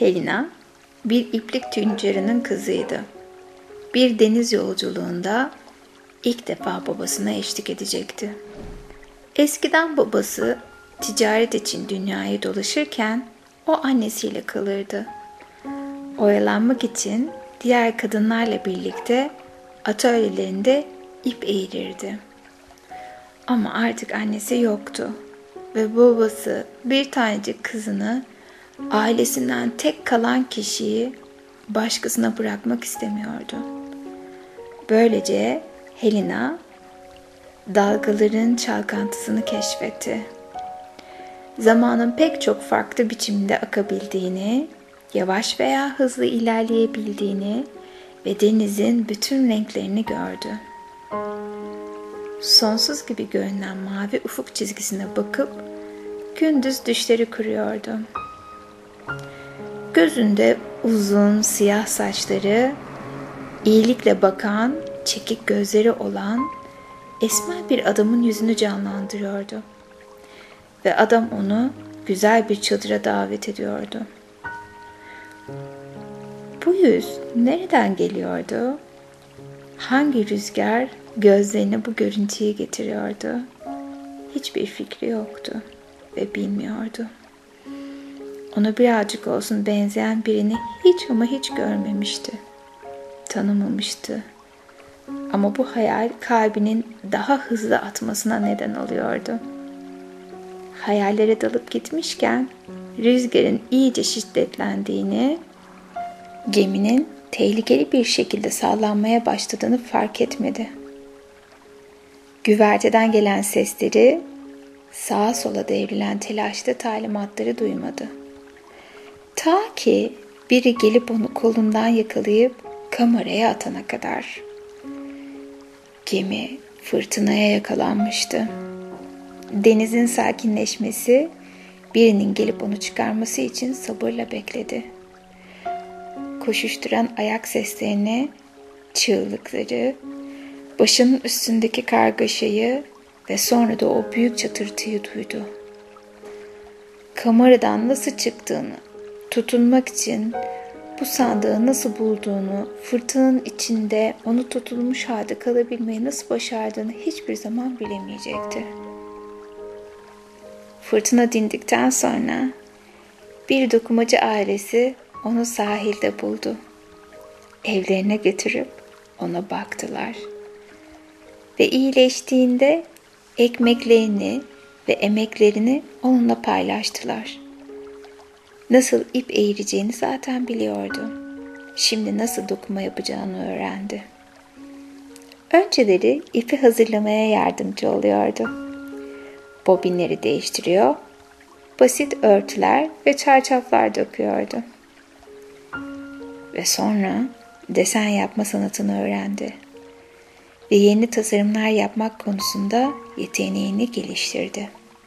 Helena, bir iplik tüccarının kızıydı. Bir deniz yolculuğunda ilk defa babasına eşlik edecekti. Eskiden babası ticaret için dünyayı dolaşırken o annesiyle kalırdı. Oyalanmak için diğer kadınlarla birlikte atölyelerinde ip eğirirdi. Ama artık annesi yoktu ve babası bir tanecik kızını, ailesinden tek kalan kişiyi başkasına bırakmak istemiyordu. Böylece Helena dalgaların çalkantısını keşfetti. Zamanın pek çok farklı biçimde akabildiğini, yavaş veya hızlı ilerleyebildiğini ve denizin bütün renklerini gördü. Sonsuz gibi görünen mavi ufuk çizgisine bakıp gündüz düşleri kuruyordu. Gözünde uzun siyah saçları, iyilikle bakan, çekik gözleri olan esmer bir adamın yüzünü canlandırıyordu. Ve adam onu güzel bir çadıra davet ediyordu. Bu yüz nereden geliyordu? Hangi rüzgar gözlerine bu görüntüyü getiriyordu? Hiçbir fikri yoktu ve bilmiyordu. Ona birazcık olsun benzeyen birini hiç ama hiç görmemişti. Tanımamıştı. Ama bu hayal kalbinin daha hızlı atmasına neden oluyordu. Hayallere dalıp gitmişken rüzgarın iyice şiddetlendiğini, geminin tehlikeli bir şekilde sallanmaya başladığını fark etmedi. Güverteden gelen sesleri, sağa sola devrilen telaşlı talimatları duymadı. Ta ki biri gelip onu kolundan yakalayıp kameraya atana kadar. Gemi fırtınaya yakalanmıştı. Denizin sakinleşmesi, birinin gelip onu çıkarması için sabırla bekledi. Koşuşturan ayak seslerini, çığlıkları, başının üstündeki kargaşayı ve sonra da o büyük çatırtıyı duydu. Kameradan nasıl çıktığını, tutunmak için bu sandığı nasıl bulduğunu, fırtınanın içinde onu tutulmuş halde kalabilmeyi nasıl başardığını hiçbir zaman bilemeyecekti. Fırtına dindikten sonra bir dokumacı ailesi onu sahilde buldu. Evlerine götürüp ona baktılar. Ve iyileştiğinde ekmeklerini ve emeklerini onunla paylaştılar. Nasıl ip eğireceğini zaten biliyordu. Şimdi nasıl dokuma yapacağını öğrendi. Önceleri ipi hazırlamaya yardımcı oluyordu. Bobinleri değiştiriyor, basit örtüler ve çarşaflar dokuyordu. Ve sonra desen yapma sanatını öğrendi. Ve yeni tasarımlar yapmak konusunda yeteneğini geliştirdi.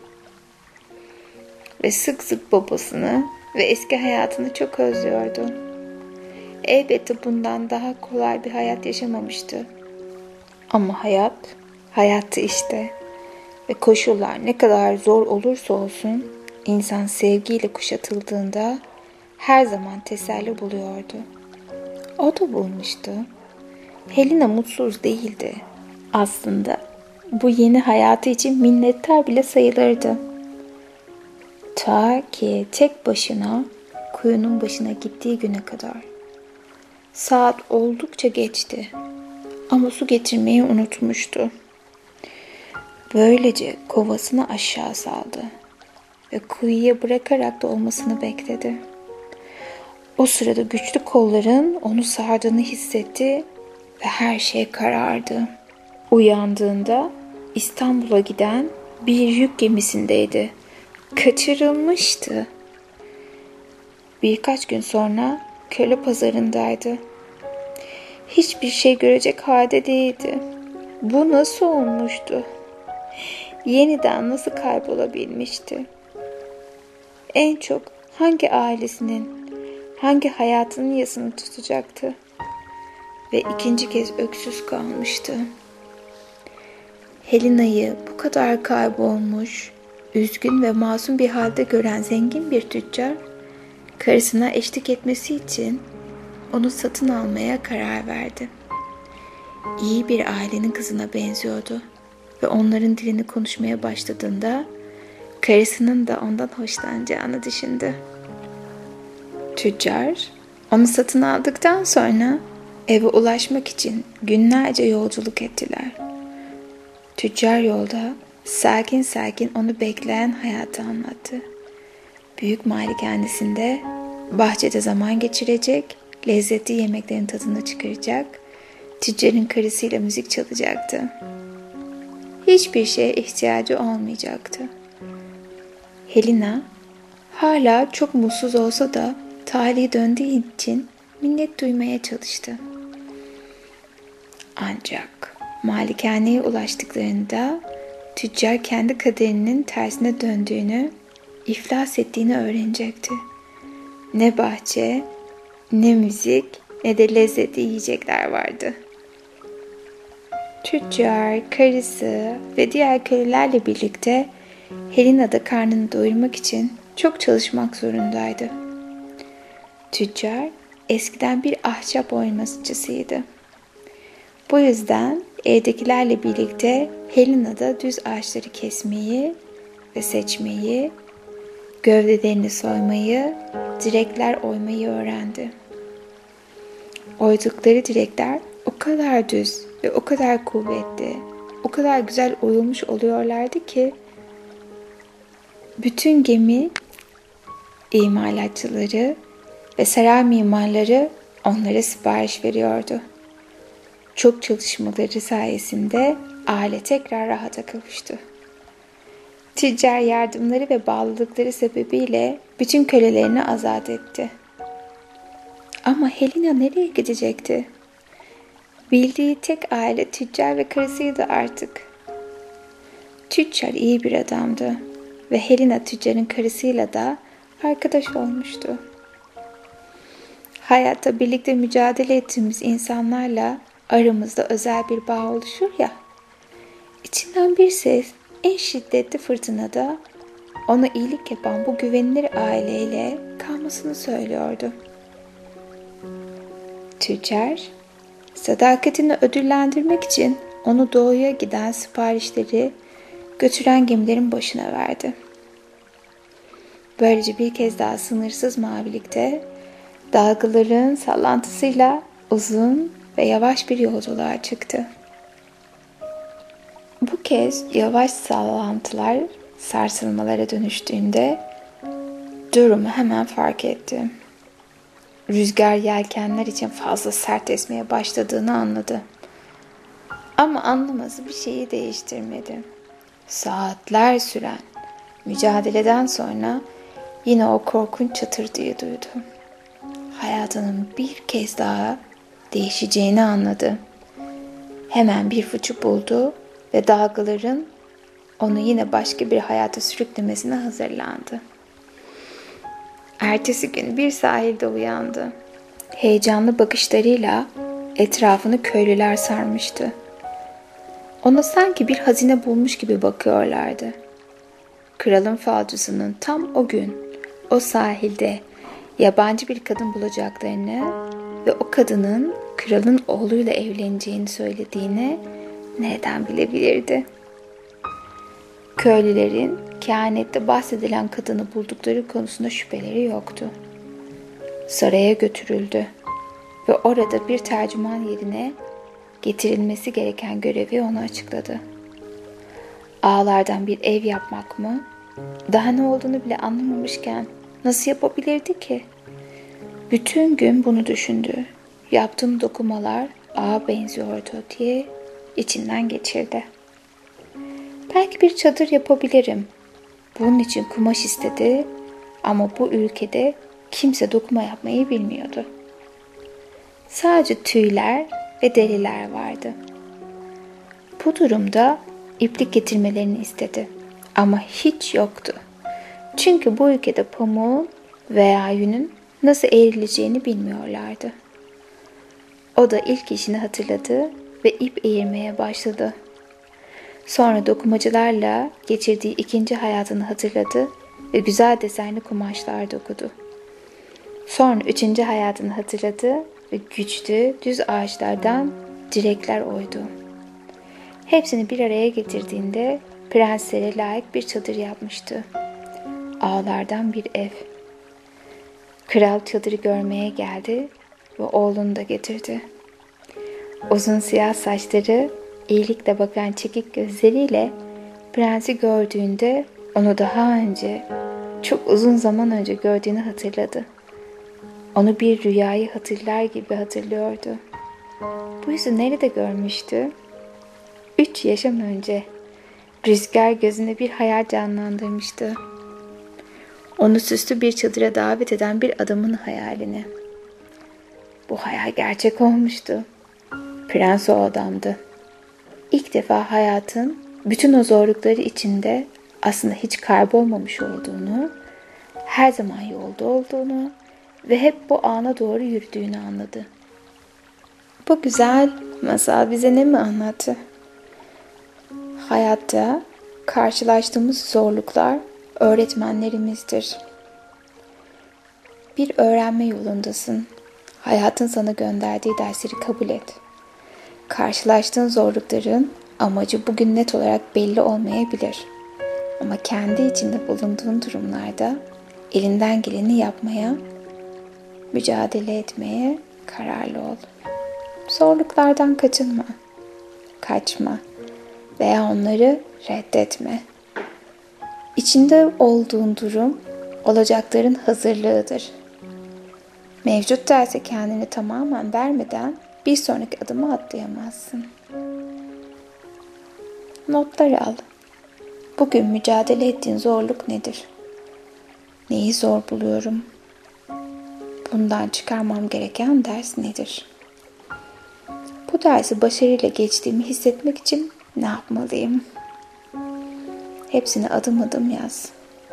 Ve sık sık babasını ve eski hayatını çok özlüyordu. Elbette bundan daha kolay bir hayat yaşamamıştı. Ama hayattı işte. Ve koşullar ne kadar zor olursa olsun, insan sevgiyle kuşatıldığında her zaman teselli buluyordu. O da bulmuştu. Helena mutsuz değildi. Aslında bu yeni hayatı için minnettar bile sayılırdı. Ta ki tek başına kuyunun başına gittiği güne kadar. Saat oldukça geçti ama su getirmeyi unutmuştu. Böylece kovasını aşağı saldı ve kuyuya bırakarak da olmasını bekledi. O sırada güçlü kolların onu sardığını hissetti ve her şey karardı. Uyandığında İstanbul'a giden bir yük gemisindeydi. Kaçırılmıştı. Birkaç gün sonra köle pazarındaydı. Hiçbir şey görecek halde değildi. Bu nasıl olmuştu? Yeniden nasıl kaybolabilmişti? En çok hangi ailesinin, hangi hayatının yasını tutacaktı? Ve ikinci kez öksüz kalmıştı. Helena'yı bu kadar kaybolmuş, üzgün ve masum bir halde gören zengin bir tüccar, karısına eşlik etmesi için onu satın almaya karar verdi. İyi bir ailenin kızına benziyordu ve onların dilini konuşmaya başladığında karısının da ondan hoşlanacağını düşündü. Tüccar onu satın aldıktan sonra eve ulaşmak için günlerce yolculuk ettiler. Tüccar yolda sakin sakin onu bekleyen hayatı anlattı. Büyük malikanesinde bahçede zaman geçirecek, lezzetli yemeklerin tadını çıkaracak, tüccarın karısıyla müzik çalacaktı. Hiçbir şeye ihtiyacı olmayacaktı. Helena hala çok mutsuz olsa da talihi döndüğü için minnet duymaya çalıştı. Ancak malikaneye ulaştıklarında tüccar kendi kaderinin tersine döndüğünü, iflas ettiğini öğrenecekti. Ne bahçe, ne müzik, ne de lezzetli yiyecekler vardı. Tüccar, karısı ve diğer kölelerle birlikte Helena da karnını doyurmak için çok çalışmak zorundaydı. Tüccar eskiden bir ahşap oymasıcısıydı. Bu yüzden evdekilerle birlikte Helena da düz ağaçları kesmeyi ve seçmeyi, gövdelerini soymayı, direkler oymayı öğrendi. Oydukları direkler o kadar düz ve o kadar kuvvetli, o kadar güzel oyulmuş oluyorlardı ki bütün gemi imalatçıları ve saray mimarları onlara sipariş veriyordu. Çok çalışmaları sayesinde aile tekrar rahata kavuştu. Tüccar yardımları ve bağlılıkları sebebiyle bütün kölelerini azat etti. Ama Helena nereye gidecekti? Bildiği tek aile tüccar ve karısıydı artık. Tüccar iyi bir adamdı ve Helena tüccarın karısıyla da arkadaş olmuştu. Hayatta birlikte mücadele ettiğimiz insanlarla aramızda özel bir bağ oluşur ya. İçinden bir ses en şiddetli fırtınada ona iyilik yapan bu güvenilir aileyle kalmasını söylüyordu. Tüccar, sadakatini ödüllendirmek için onu doğuya giden siparişleri götüren gemilerin başına verdi. Böylece bir kez daha sınırsız mavilikte dalgaların sallantısıyla uzun ve yavaş bir yolculuğa çıktı. Bu kez yavaş sallantılar sarsılmalara dönüştüğünde durumu hemen fark etti. Rüzgar yelkenler için fazla sert esmeye başladığını anladı. Ama anlaması bir şeyi değiştirmedi. Saatler süren mücadeleden sonra yine o korkunç çatırtıyı duydu. Hayatının bir kez daha değişeceğini anladı. Hemen bir fıçı buldu ve dalgaların onu yine başka bir hayata sürüklemesine hazırlandı. Ertesi gün bir sahilde uyandı. Heyecanlı bakışlarıyla etrafını köylüler sarmıştı. Ona sanki bir hazine bulmuş gibi bakıyorlardı. Kralın falcısının tam o gün o sahilde yabancı bir kadın bulacaklarını ve o kadının kralın oğluyla evleneceğini söylediğini nereden bilebilirdi? Köylülerin kehanette bahsedilen kadını buldukları konusunda şüpheleri yoktu. Saraya götürüldü ve orada bir tercüman yerine getirilmesi gereken görevi ona açıkladı. Ağlardan bir ev yapmak mı? Daha ne olduğunu bile anlamamışken nasıl yapabilirdi ki? Bütün gün bunu düşündü. Yaptığım dokumalar ağa benziyordu diye içinden geçirdi. Belki bir çadır yapabilirim. Bunun için kumaş istedi ama bu ülkede kimse dokuma yapmayı bilmiyordu. Sadece tüyler ve deriler vardı. Bu durumda iplik getirmelerini istedi ama hiç yoktu. Çünkü bu ülkede pamuğun veya yünün nasıl eğrileceğini bilmiyorlardı. O da ilk işini hatırladı ve ip eğirmeye başladı. Sonra dokumacılarla geçirdiği ikinci hayatını hatırladı ve güzel desenli kumaşlar dokudu. Sonra üçüncü hayatını hatırladı ve güçlü, düz ağaçlardan direkler oydu. Hepsini bir araya getirdiğinde prenslere layık bir çadır yapmıştı. Ağlardan bir ev. Kral çadırı görmeye geldi ve oğlunu da getirdi. Uzun siyah saçları, iyilikle bakan çekik gözleriyle prensi gördüğünde onu daha önce, çok uzun zaman önce gördüğünü hatırladı. Onu bir rüyayı hatırlar gibi hatırlıyordu. Bu yüzü nerede görmüştü? 3 yaşam önce. Rüzgar gözünde bir hayal canlandırmıştı. Onu süslü bir çadıra davet eden bir adamın hayalini. Bu hayal gerçek olmuştu. Prens o adamdı. İlk defa hayatın bütün o zorlukları içinde aslında hiç kaybolmamış olduğunu, her zaman yolda olduğunu ve hep bu ana doğru yürüdüğünü anladı. Bu güzel masal bize ne mi anlattı? Hayatta karşılaştığımız zorluklar öğretmenlerimizdir. Bir öğrenme yolundasın. Hayatın sana gönderdiği dersleri kabul et. Karşılaştığın zorlukların amacı bugün net olarak belli olmayabilir. Ama kendi içinde bulunduğun durumlarda elinden geleni yapmaya, mücadele etmeye kararlı ol. Zorluklardan kaçınma, kaçma veya onları reddetme. İçinde olduğun durum olacakların hazırlığıdır. Mevcut derse kendini tamamen vermeden bir sonraki adımı atlayamazsın. Notlar al. Bugün mücadele ettiğin zorluk nedir? Neyi zor buluyorum? Bundan çıkarmam gereken ders nedir? Bu dersi başarıyla geçtiğimi hissetmek için ne yapmalıyım? Hepsini adım adım yaz.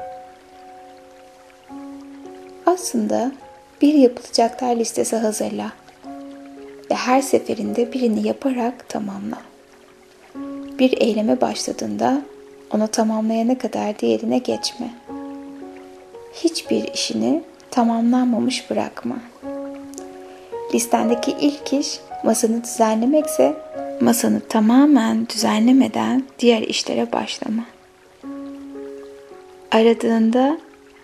Aslında bir yapılacaklar listesi hazırla ve her seferinde birini yaparak tamamla. Bir eyleme başladığında onu tamamlayana kadar diğerine geçme. Hiçbir işini tamamlanmamış bırakma. Listendeki ilk iş masanı düzenlemekse masanı tamamen düzenlemeden diğer işlere başlama. Aradığında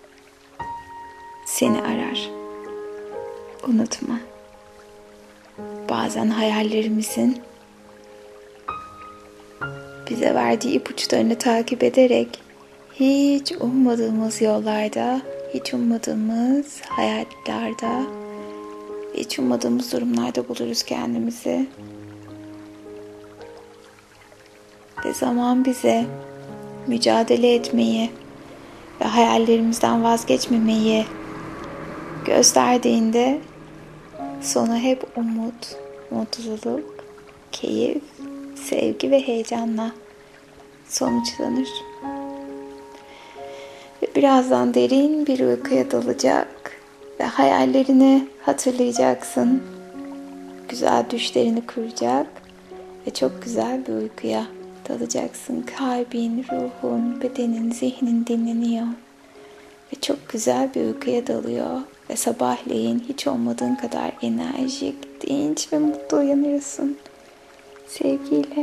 seni arar. Unutma. Bazen hayallerimizin bize verdiği ipuçlarını takip ederek hiç ummadığımız yollarda, hiç ummadığımız hayatlarda, hiç ummadığımız durumlarda buluruz kendimizi. Ve zaman bize mücadele etmeyi ve hayallerimizden vazgeçmemeyi gösterdiğinde sonu hep umut, mutluluk, keyif, sevgi ve heyecanla sonuçlanır. Ve birazdan derin bir uykuya dalacak ve hayallerini hatırlayacaksın. Güzel düşlerini kuracak ve çok güzel bir uykuya dalacaksın. Kalbin, ruhun, bedenin, zihnin dinleniyor ve çok güzel bir uykuya dalıyor ve sabahleyin hiç olmadığın kadar enerjik, dinç ve mutlu uyanıyorsun. Sevgiyle.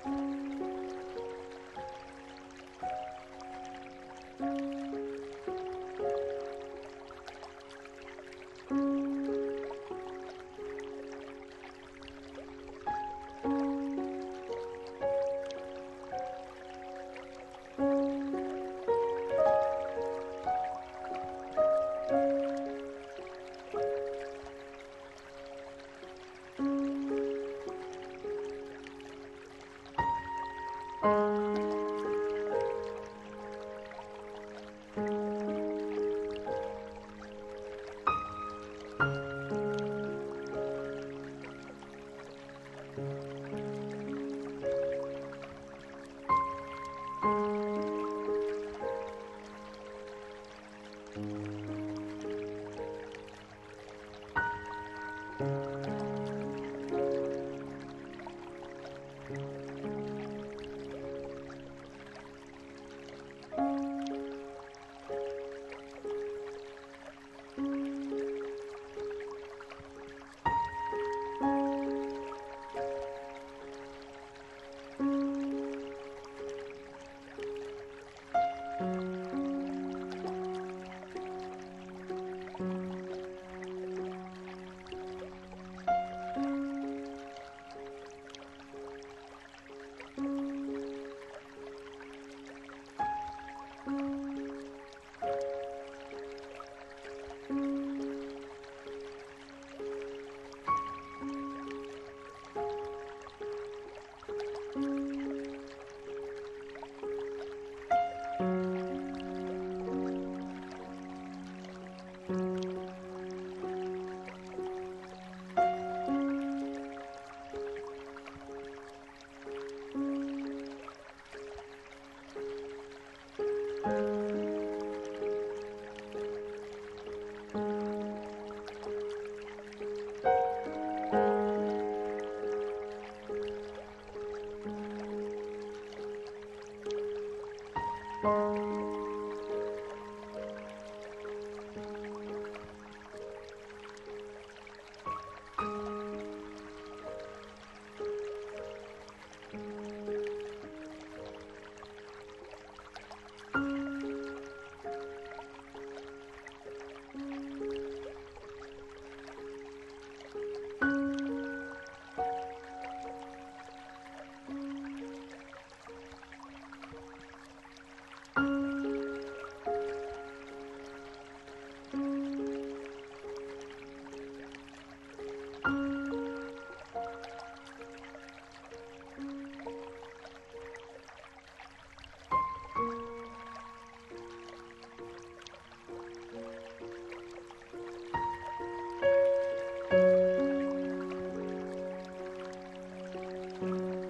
Müzik